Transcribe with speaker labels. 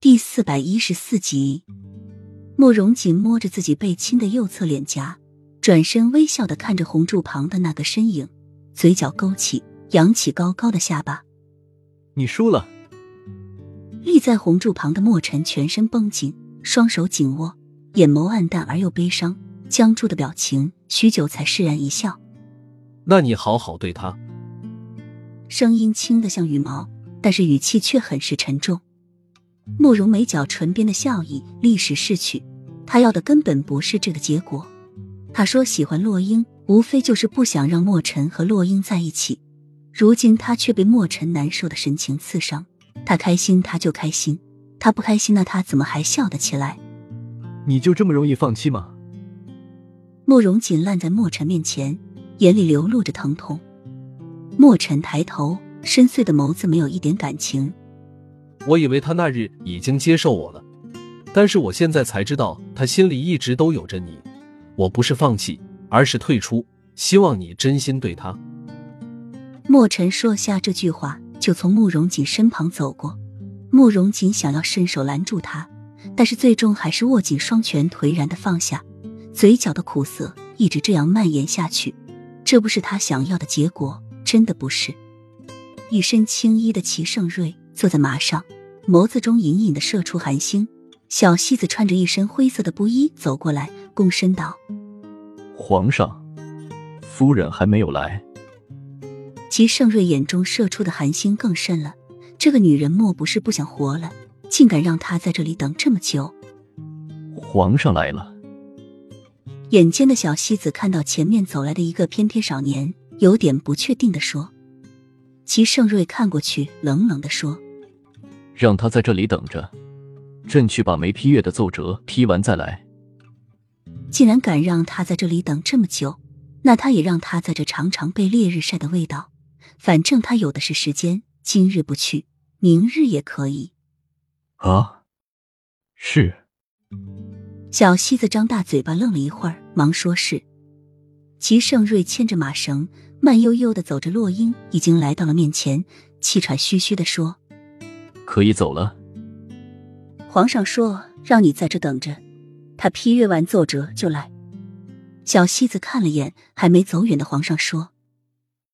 Speaker 1: 第414集。慕容锦摸着自己被亲的右侧脸颊，转身微笑地看着红柱旁的那个身影，嘴角勾起，扬起高高的下巴。
Speaker 2: 你输了。
Speaker 1: 立在红柱旁的墨尘全身绷紧，双手紧握，眼眸暗淡而又悲伤，僵住的表情，许久才释然一笑。
Speaker 2: 那你好好对他。
Speaker 1: 声音轻得像羽毛，但是语气却很是沉重。慕容眉角唇边的笑意立时逝去，他要的根本不是这个结果。他说喜欢洛英，无非就是不想让墨尘和洛英在一起。如今他却被墨尘难受的神情刺伤，他开心他就开心，他不开心那他怎么还笑得起来？
Speaker 2: 你就这么容易放弃吗？
Speaker 1: 慕容锦烂在墨尘面前，眼里流露着疼痛。墨尘抬头，深邃的眸子没有一点感情。
Speaker 2: 我以为他那日已经接受我了，但是我现在才知道他心里一直都有着你。我不是放弃，而是退出，希望你真心对他。
Speaker 1: 墨尘说下这句话，就从慕容锦身旁走过。慕容锦想要伸手拦住他，但是最终还是握紧双拳，颓然地放下，嘴角的苦涩一直这样蔓延下去。这不是他想要的结果，真的不是。一身青衣的齐盛瑞坐在马上，眸子中隐隐地射出寒星。小西子穿着一身灰色的布衣走过来，躬身道：
Speaker 3: 皇上，夫人还没有来。
Speaker 1: 齐盛瑞眼中射出的寒星更甚了，这个女人莫不是不想活了，竟敢让他在这里等这么久。
Speaker 3: 皇上来了。
Speaker 1: 眼尖的小西子看到前面走来的一个翩翩少年，有点不确定地说。齐盛瑞看过去，冷冷地说：
Speaker 3: 让他在这里等着，朕去把没批阅的奏折批完再来。
Speaker 1: 既然敢让他在这里等这么久，那他也让他在这尝尝被烈日晒的味道。反正他有的是时间，今日不去，明日也可以。
Speaker 3: 啊，是。
Speaker 1: 小西子张大嘴巴愣了一会儿，忙说是。齐盛瑞牵着马绳，慢悠悠地走着洛英，已经来到了面前，气喘吁吁地说：
Speaker 3: 可以走了。
Speaker 1: 皇上说让你在这等着，他批阅完奏折就来。小西子看了眼还没走远的皇上说：